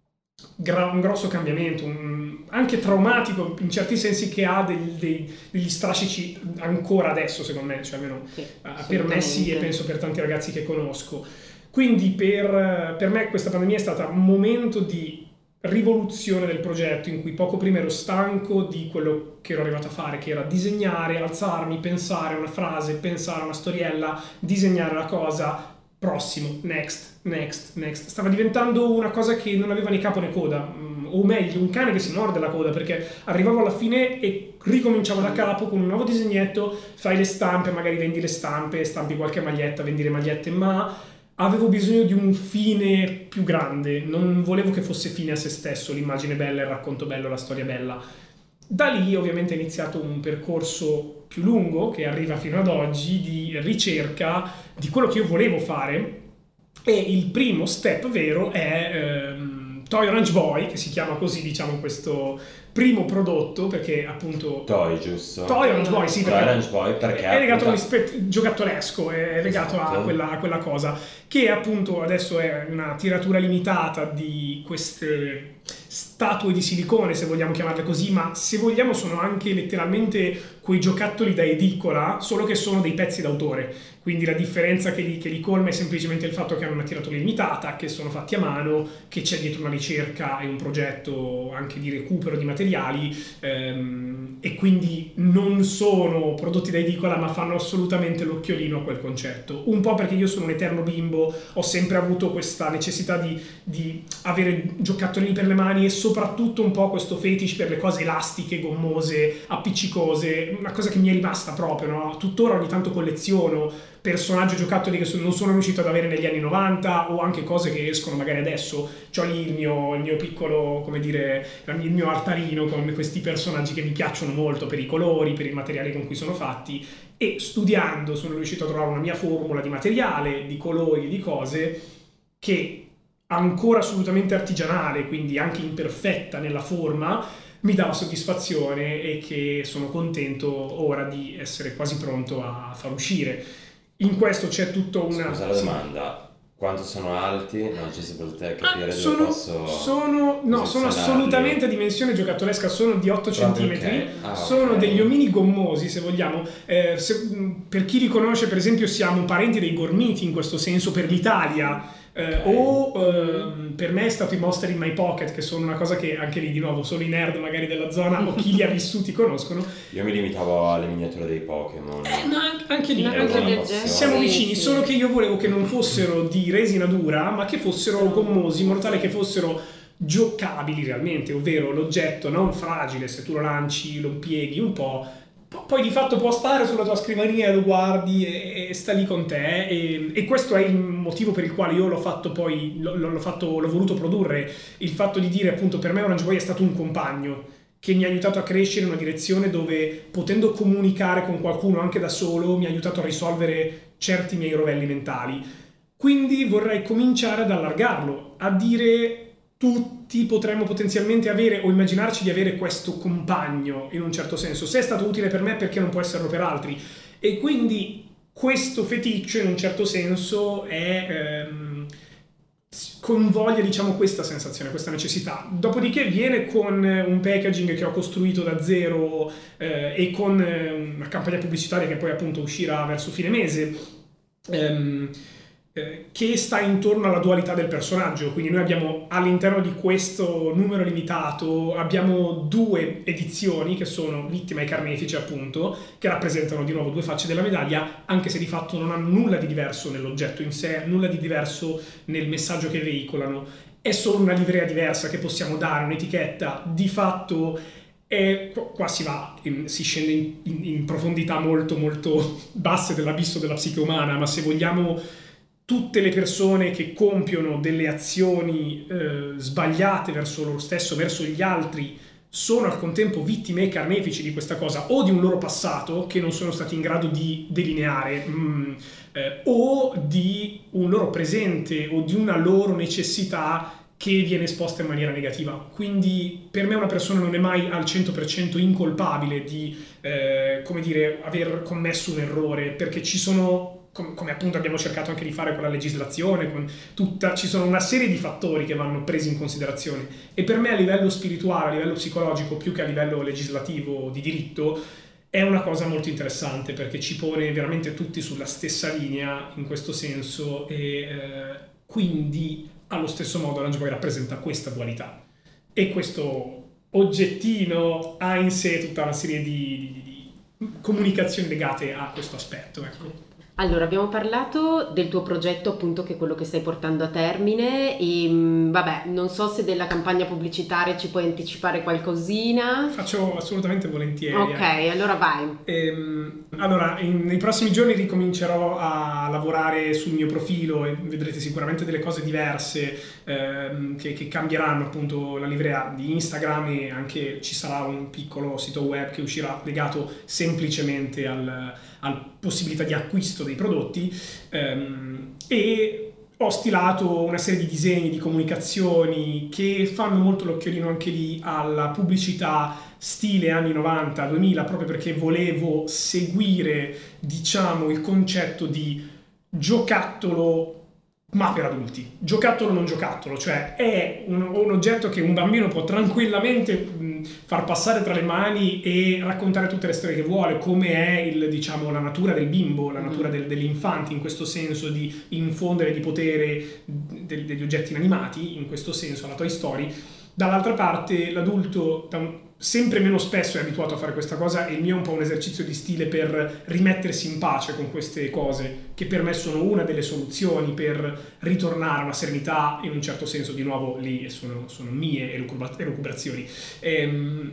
gra- un grosso cambiamento, un, anche traumatico in certi sensi, che ha dei, dei, degli strascici ancora adesso, secondo me, cioè almeno sì, per me sì, e penso per tanti ragazzi che conosco. Quindi per, per me questa pandemia è stata un momento di rivoluzione del progetto, in cui poco prima ero stanco di quello che ero arrivato a fare, che era disegnare, alzarmi, pensare una frase, pensare una storiella, disegnare la cosa, prossimo, next, next, next. Stava diventando una cosa che non aveva né capo né coda, o meglio, un cane che si morde la coda, perché arrivavo alla fine e ricominciavo da capo con un nuovo disegnetto, fai le stampe, magari vendi le stampe, stampi qualche maglietta, vendi le magliette, ma avevo bisogno di un fine più grande, non volevo che fosse fine a se stesso, l'immagine bella, il racconto bello, la storia bella. Da lì ovviamente è iniziato un percorso più lungo, che arriva fino ad oggi, di ricerca di quello che io volevo fare, e il primo step vero è ehm, Toy Orange Boy, che si chiama così, diciamo, questo primo prodotto, perché appunto Toy, giusto? Toy Orange Boy, sì, perché, Toy Orange Boy perché è legato appunto... all'aspetto giocattolesco, è legato esatto. a, quella, a quella cosa, che appunto adesso è una tiratura limitata di queste statue di silicone, se vogliamo chiamarle così, ma se vogliamo sono anche letteralmente quei giocattoli da edicola, solo che sono dei pezzi d'autore. Quindi la differenza che li, che li colma è semplicemente il fatto che hanno una tiratura limitata, che sono fatti a mano, che c'è dietro una ricerca e un progetto anche di recupero di materiali, ehm, e quindi non sono prodotti da edicola, ma fanno assolutamente l'occhiolino a quel concetto. Un po' perché io sono un eterno bimbo, ho sempre avuto questa necessità di, di avere giocattolini per le mani e soprattutto un po' questo fetish per le cose elastiche, gommose, appiccicose, una cosa che mi è rimasta proprio, no? Tuttora ogni tanto colleziono personaggi giocattoli che non sono riuscito ad avere negli anni novanta o anche cose che escono magari adesso. C'ho lì il mio, il mio piccolo, come dire, il mio altarino con questi personaggi che mi piacciono molto per i colori, per il materiale con cui sono fatti, e studiando sono riuscito a trovare una mia formula di materiale, di colori, di cose che ancora assolutamente artigianale, quindi anche imperfetta nella forma, mi dava soddisfazione e che sono contento ora di essere quasi pronto a far uscire. In questo c'è tutto una... Scusa la domanda, quanto sono alti? No, giusto per te capire ah, dove sono, posso sono, no, sono assolutamente a dimensione giocattolesca, sono di otto centimetri, okay. ah, sono okay. degli omini gommosi, se vogliamo. Eh, se, per chi li conosce, per esempio, siamo parenti dei gormiti in questo senso per l'Italia. Eh, okay. O eh, per me è stato i Monster in My Pocket, che sono una cosa che anche lì di nuovo solo i nerd magari della zona o chi li ha vissuti conoscono. Io mi limitavo alle miniature dei Pokémon. Eh, ma anche lì, no, anche lì siamo vicini, solo che io volevo che non fossero di resina dura, ma che fossero gommosi, in modo tale che fossero giocabili realmente, ovvero l'oggetto non fragile, se tu lo lanci, lo pieghi un po', poi di fatto può stare sulla tua scrivania, lo guardi e, e sta lì con te, e, e questo è il motivo per il quale io l'ho fatto poi, l'ho, l'ho, fatto, l'ho voluto produrre, il fatto di dire appunto per me Orange Boy è stato un compagno che mi ha aiutato a crescere in una direzione dove, potendo comunicare con qualcuno anche da solo, mi ha aiutato a risolvere certi miei rovelli mentali. Quindi vorrei cominciare ad allargarlo, a dire tutti potremmo potenzialmente avere o immaginarci di avere questo compagno in un certo senso. Se è stato utile per me, perché non può esserlo per altri? E quindi questo feticcio in un certo senso è ehm, convoglia, diciamo, questa sensazione, questa necessità. Dopodiché viene con un packaging che ho costruito da zero eh, e con una campagna pubblicitaria che poi appunto uscirà verso fine mese, ehm, eh, che sta intorno alla dualità del personaggio. Quindi noi abbiamo all'interno di questo numero limitato abbiamo due edizioni che sono Vittima e Carnefice, appunto, che rappresentano di nuovo due facce della medaglia, anche se di fatto non hanno nulla di diverso nell'oggetto in sé, nulla di diverso nel messaggio che veicolano. È solo una livrea diversa che possiamo dare, un'etichetta. Di fatto è, qua si va, in, si scende in, in, in profondità molto molto basse dell'abisso della psiche umana, ma se vogliamo, tutte le persone che compiono delle azioni eh, sbagliate verso loro stesso, verso gli altri, sono al contempo vittime e carnefici di questa cosa, o di un loro passato che non sono stati in grado di delineare, mh, eh, o di un loro presente, o di una loro necessità che viene esposta in maniera negativa. Quindi per me una persona non è mai al cento per cento incolpabile di, eh, come dire, aver commesso un errore, perché ci sono, come appunto abbiamo cercato anche di fare con la legislazione, con tutta, ci sono una serie di fattori che vanno presi in considerazione, e per me a livello spirituale, a livello psicologico, più che a livello legislativo di diritto, è una cosa molto interessante, perché ci pone veramente tutti sulla stessa linea in questo senso, e eh, quindi allo stesso modo Orange Boy rappresenta questa dualità, e questo oggettino ha in sé tutta una serie di, di, di comunicazioni legate a questo aspetto, ecco. Allora, abbiamo parlato del tuo progetto, appunto, che è quello che stai portando a termine, e vabbè, non so se della campagna pubblicitaria ci puoi anticipare qualcosina. Faccio assolutamente volentieri. Ok, eh. allora vai. Ehm, allora, in, nei prossimi giorni ricomincerò a lavorare sul mio profilo e vedrete sicuramente delle cose diverse ehm, che, che cambieranno, appunto, la livrea di Instagram, e anche ci sarà un piccolo sito web che uscirà legato semplicemente al, al possibilità di acquisto dei prodotti, ehm, e ho stilato una serie di disegni, di comunicazioni che fanno molto l'occhiolino anche lì alla pubblicità stile anni novanta duemila, proprio perché volevo seguire, diciamo, il concetto di giocattolo ma per adulti, giocattolo non giocattolo, cioè è un, un oggetto che un bambino può tranquillamente mh, far passare tra le mani e raccontare tutte le storie che vuole, come è il, diciamo, la natura del bimbo, la natura del, dell'infante, in questo senso di infondere di potere de, degli oggetti inanimati, in questo senso alla Toy Story. Dall'altra parte l'adulto sempre meno spesso è abituato a fare questa cosa, e il mio è un po' un esercizio di stile per rimettersi in pace con queste cose, che per me sono una delle soluzioni per ritornare a una serenità, in un certo senso, di nuovo lì sono, sono mie elucubrazioni. Ehm,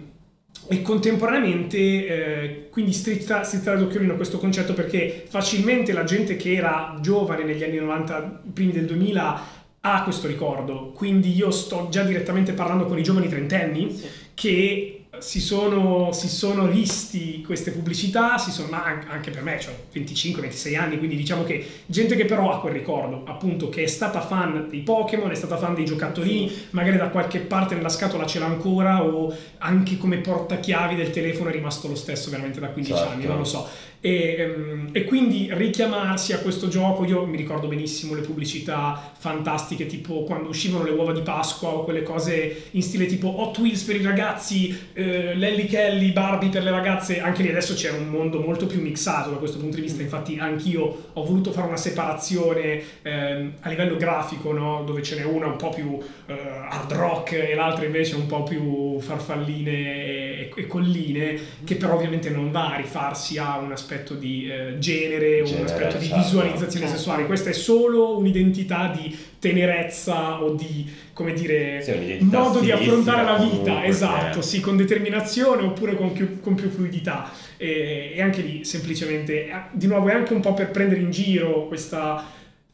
e contemporaneamente eh, quindi strizza, strizza d'occhiolino questo concetto, perché facilmente la gente che era giovane negli anni novanta, primi del duemila, ha questo ricordo, quindi io sto già direttamente parlando con i giovani trentenni, sì, che si sono, si sono visti queste pubblicità, si sono, ma anche per me, cioè venticinque ventisei anni, quindi diciamo che gente che però ha quel ricordo, appunto, che è stata fan dei Pokémon, è stata fan dei giocattolini, sì, magari da qualche parte nella scatola ce l'ha ancora, o anche come portachiavi del telefono è rimasto lo stesso veramente da quindici certo. anni, non lo so. E, e quindi richiamarsi a questo gioco, io mi ricordo benissimo le pubblicità fantastiche, tipo quando uscivano le uova di Pasqua o quelle cose in stile tipo Hot Wheels per i ragazzi, eh, Lelly Kelly, Barbie per le ragazze. Anche lì adesso c'è un mondo molto più mixato da questo punto di vista, infatti anch'io ho voluto fare una separazione eh, a livello grafico, no? Dove ce n'è una un po' più eh, hard rock e l'altra invece un po' più farfalline e, e colline, che però ovviamente non va a rifarsi a un aspetto di eh, genere o genere, un aspetto di certo. visualizzazione certo. sessuale. Questa è solo un'identità di tenerezza o di, come dire, sì, modo di affrontare la vita, esatto, che... sì, con determinazione oppure con più, con più fluidità. E, e anche lì semplicemente, di nuovo, è anche un po' per prendere in giro questa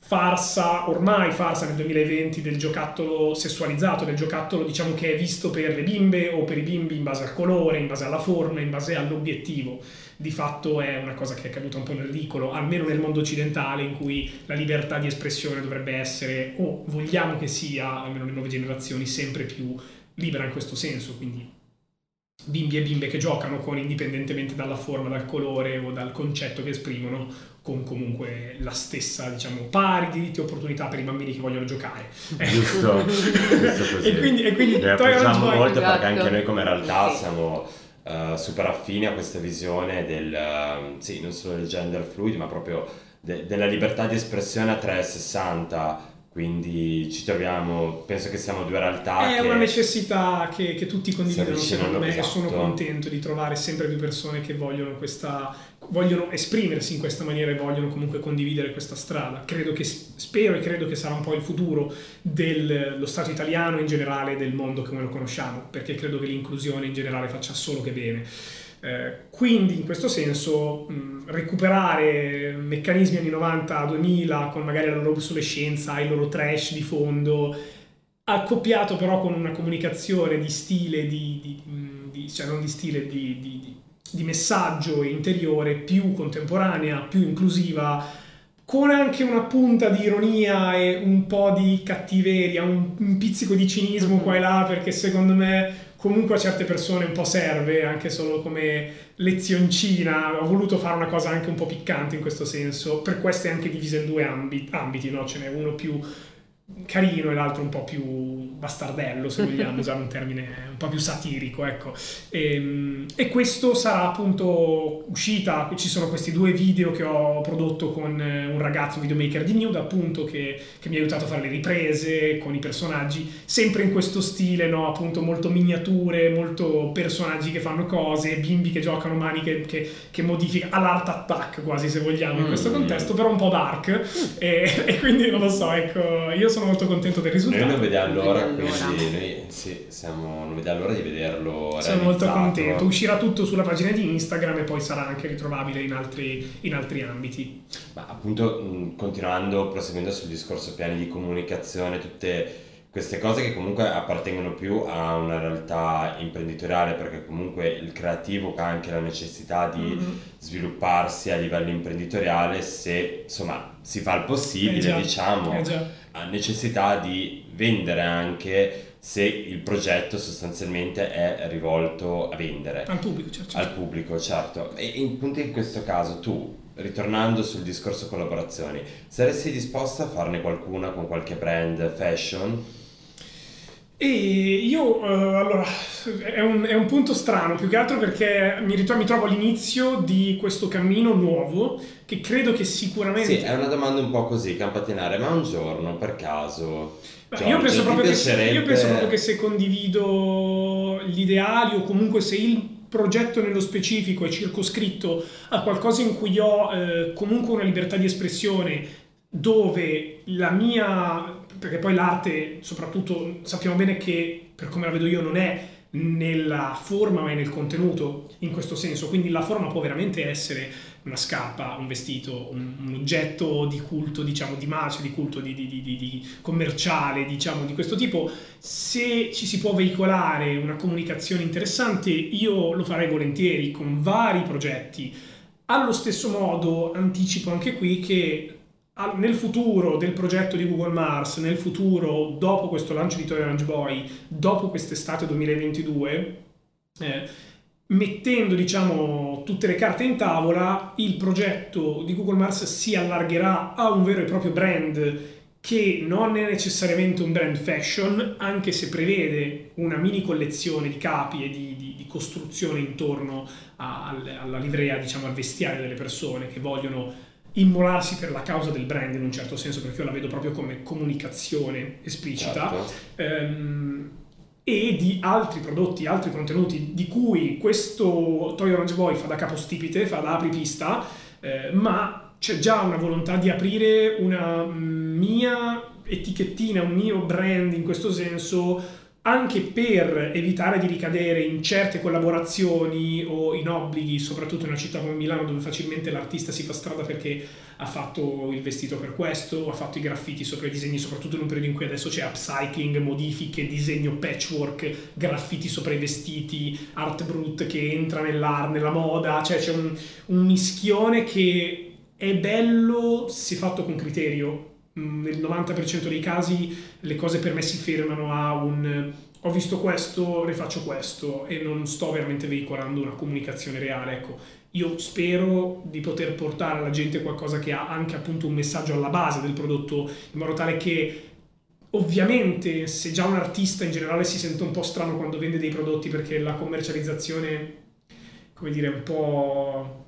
farsa, ormai farsa nel duemilaventi, del giocattolo sessualizzato, del giocattolo diciamo che è visto per le bimbe o per i bimbi in base al colore, in base alla forma, in base all'obiettivo. Di fatto è una cosa che è caduta un po' nel ridicolo, almeno nel mondo occidentale, in cui la libertà di espressione dovrebbe essere, o vogliamo che sia, almeno le nuove generazioni, sempre più libera in questo senso. Quindi bimbi e bimbe che giocano con, indipendentemente dalla forma, dal colore o dal concetto che esprimono, con comunque la stessa, diciamo, pari diritti e opportunità per i bambini che vogliono giocare. Giusto, giusto così. E quindi, e quindi ne appoggiamo molto, esatto. perché anche noi come realtà siamo uh, super affini a questa visione del, uh, sì, non solo del gender fluid, ma proprio de- della libertà di espressione a trecentosessanta. Quindi ci troviamo, penso che siamo due realtà è che una necessità che, che tutti condividono, secondo me, esatto. E sono contento di trovare sempre più persone che vogliono questa, vogliono esprimersi in questa maniera e vogliono comunque condividere questa strada. Credo che, spero e credo che sarà un po' il futuro dello Stato italiano, in generale del mondo come lo conosciamo, perché credo che l'inclusione in generale faccia solo che bene. Eh, quindi in questo senso mh, recuperare meccanismi anni novanta duemila con magari la loro obsolescenza, il loro trash di fondo, accoppiato però con una comunicazione di stile, di, di, di, cioè non di stile, di, di, di messaggio interiore più contemporanea, più inclusiva, con anche una punta di ironia e un po' di cattiveria, un, un pizzico di cinismo qua e là, perché secondo me comunque a certe persone un po' serve, anche solo come lezioncina. Ho voluto fare una cosa anche un po' piccante in questo senso, per questo è anche divisa in due ambiti, ambiti no? Ce n'è uno più carino e l'altro un po' più bastardello, se vogliamo usare un termine un po' più satirico, ecco. E, e questo sarà appunto uscita, ci sono questi due video che ho prodotto con un ragazzo, un videomaker di Nude, appunto, che, che mi ha aiutato a fare le riprese con i personaggi, sempre in questo stile, no? Appunto molto miniature, molto personaggi che fanno cose, bimbi che giocano, mani che, che, che modifica, all'Art Attack quasi, se vogliamo, in questo contesto, però un po' dark, e, e quindi non lo so, ecco, io sono molto contento del risultato. Noi non vediamo l'ora, quindi noi sì, siamo, non vediamo l'ora di vederlo. Sono molto contento. Uscirà tutto sulla pagina di Instagram e poi sarà anche ritrovabile in altri, in altri ambiti. Ma appunto, continuando, proseguendo sul discorso piani di comunicazione, tutte queste cose che comunque appartengono più a una realtà imprenditoriale, perché comunque il creativo ha anche la necessità di mm-hmm. svilupparsi a livello imprenditoriale, se insomma si fa il possibile, eh già, diciamo, eh già. ha necessità di vendere anche, se il progetto sostanzialmente è rivolto a vendere al pubblico, certo. Al pubblico, certo. E appunto in questo caso tu ritornando sul discorso collaborazioni, saresti disposta a farne qualcuna con qualche brand fashion? E io, uh, allora, è un, è un punto strano, più che altro perché mi, ritrovo, mi trovo all'inizio di questo cammino nuovo, che credo che sicuramente... Sì, è una domanda un po' così, campatinare, ma un giorno, per caso... Beh, Giorgio, io, penso ti proprio che se, piacerebbe... io penso proprio che se condivido gli ideali, o comunque se il progetto nello specifico è circoscritto a qualcosa in cui ho eh, comunque una libertà di espressione, dove la mia... perché poi l'arte, soprattutto, sappiamo bene che, per come la vedo io, non è nella forma ma è nel contenuto, in questo senso. Quindi la forma può veramente essere una scarpa, un vestito, un, un oggetto di culto, diciamo, di marcia, di culto, di, di, di, di commerciale, diciamo, di questo tipo. Se ci si può veicolare una comunicazione interessante, io lo farei volentieri con vari progetti. Allo stesso modo anticipo anche qui che nel futuro del progetto di Google Mars, nel futuro, dopo questo lancio di Toy Orange Boy, dopo quest'estate duemilaventidue, eh, mettendo, diciamo, tutte le carte in tavola, il progetto di Google Mars si allargherà a un vero e proprio brand che non è necessariamente un brand fashion, anche se prevede una mini collezione di capi e di, di, di costruzione intorno a, alla livrea, diciamo, al vestiario delle persone che vogliono immolarsi per la causa del brand, in un certo senso, perché io la vedo proprio come comunicazione esplicita. Certo. ehm, e di altri prodotti, altri contenuti di cui questo Toy Orange Boy fa da capostipite, fa da apripista, eh, ma c'è già una volontà di aprire una mia etichettina, un mio brand in questo senso, anche per evitare di ricadere in certe collaborazioni o in obblighi, soprattutto in una città come Milano, dove facilmente l'artista si fa strada perché ha fatto il vestito per questo, ha fatto i graffiti sopra i disegni, soprattutto in un periodo in cui adesso c'è upcycling, modifiche, disegno patchwork, graffiti sopra i vestiti, art brut che entra nell'art, nella moda, cioè c'è un, un mischione che è bello se fatto con criterio. Nel novanta per cento dei casi le cose per me si fermano a un ho visto questo, rifaccio questo, e non sto veramente veicolando una comunicazione reale. Ecco, io spero di poter portare alla gente qualcosa che ha anche appunto un messaggio alla base del prodotto, in modo tale che, ovviamente, se già un artista in generale si sente un po' strano quando vende dei prodotti perché la commercializzazione, come dire, un po'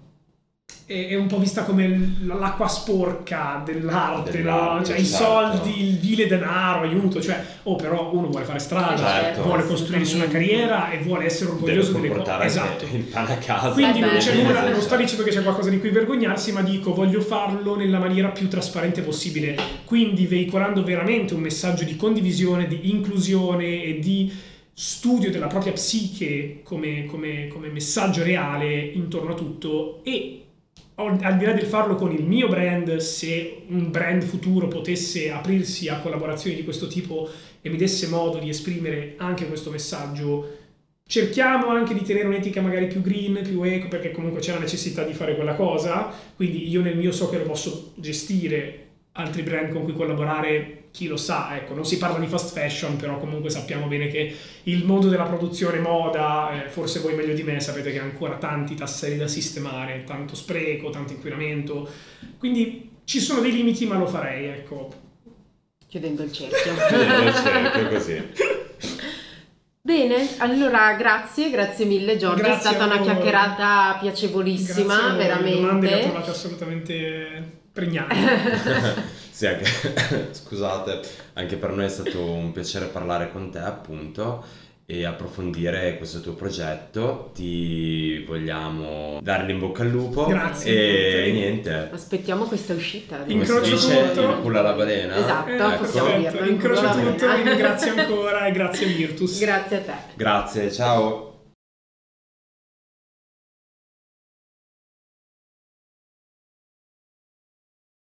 è un po' vista come l'acqua sporca dell'arte, dell'arte, no? Cioè, certo. I soldi, il vile denaro, aiuto, cioè, oh, però uno vuole fare strada, certo, vuole costruirsi una carriera e vuole essere orgoglioso delle cose. Esatto. Il pane a casa. Quindi non c'è nulla, non sto dicendo che c'è qualcosa di cui vergognarsi, ma dico voglio farlo nella maniera più trasparente possibile, quindi veicolando veramente un messaggio di condivisione, di inclusione e di studio della propria psiche come, come, come messaggio reale intorno a tutto. E al di là del farlo con il mio brand, se un brand futuro potesse aprirsi a collaborazioni di questo tipo e mi desse modo di esprimere anche questo messaggio, cerchiamo anche di tenere un'etica magari più green, più eco, perché comunque c'è la necessità di fare quella cosa. Quindi io nel mio so che lo posso gestire, altri brand con cui collaborare chi lo sa, ecco, non si parla di fast fashion, però comunque sappiamo bene che il mondo della produzione moda, eh, forse voi meglio di me sapete che ha ancora tanti tasselli da sistemare, tanto spreco, tanto inquinamento, quindi ci sono dei limiti, ma lo farei, ecco. Chiudendo il cerchio. Chiudendo il cerchio, così. Bene, allora grazie, grazie mille Giorgio, grazie, è stata una chiacchierata piacevolissima, grazie, veramente. Le domande le ho trovate assolutamente pregnanti. Sì, anche, scusate, anche per noi è stato un piacere parlare con te, appunto, e approfondire questo tuo progetto. Ti vogliamo dare l'in bocca al lupo. Grazie. E niente. Aspettiamo questa uscita. Come si dice, in culo alla balena. Esatto, eh, possiamo dirlo. Incrocio tutto, vi ringrazio ancora e grazie a Virtus. Grazie a te. Grazie, ciao.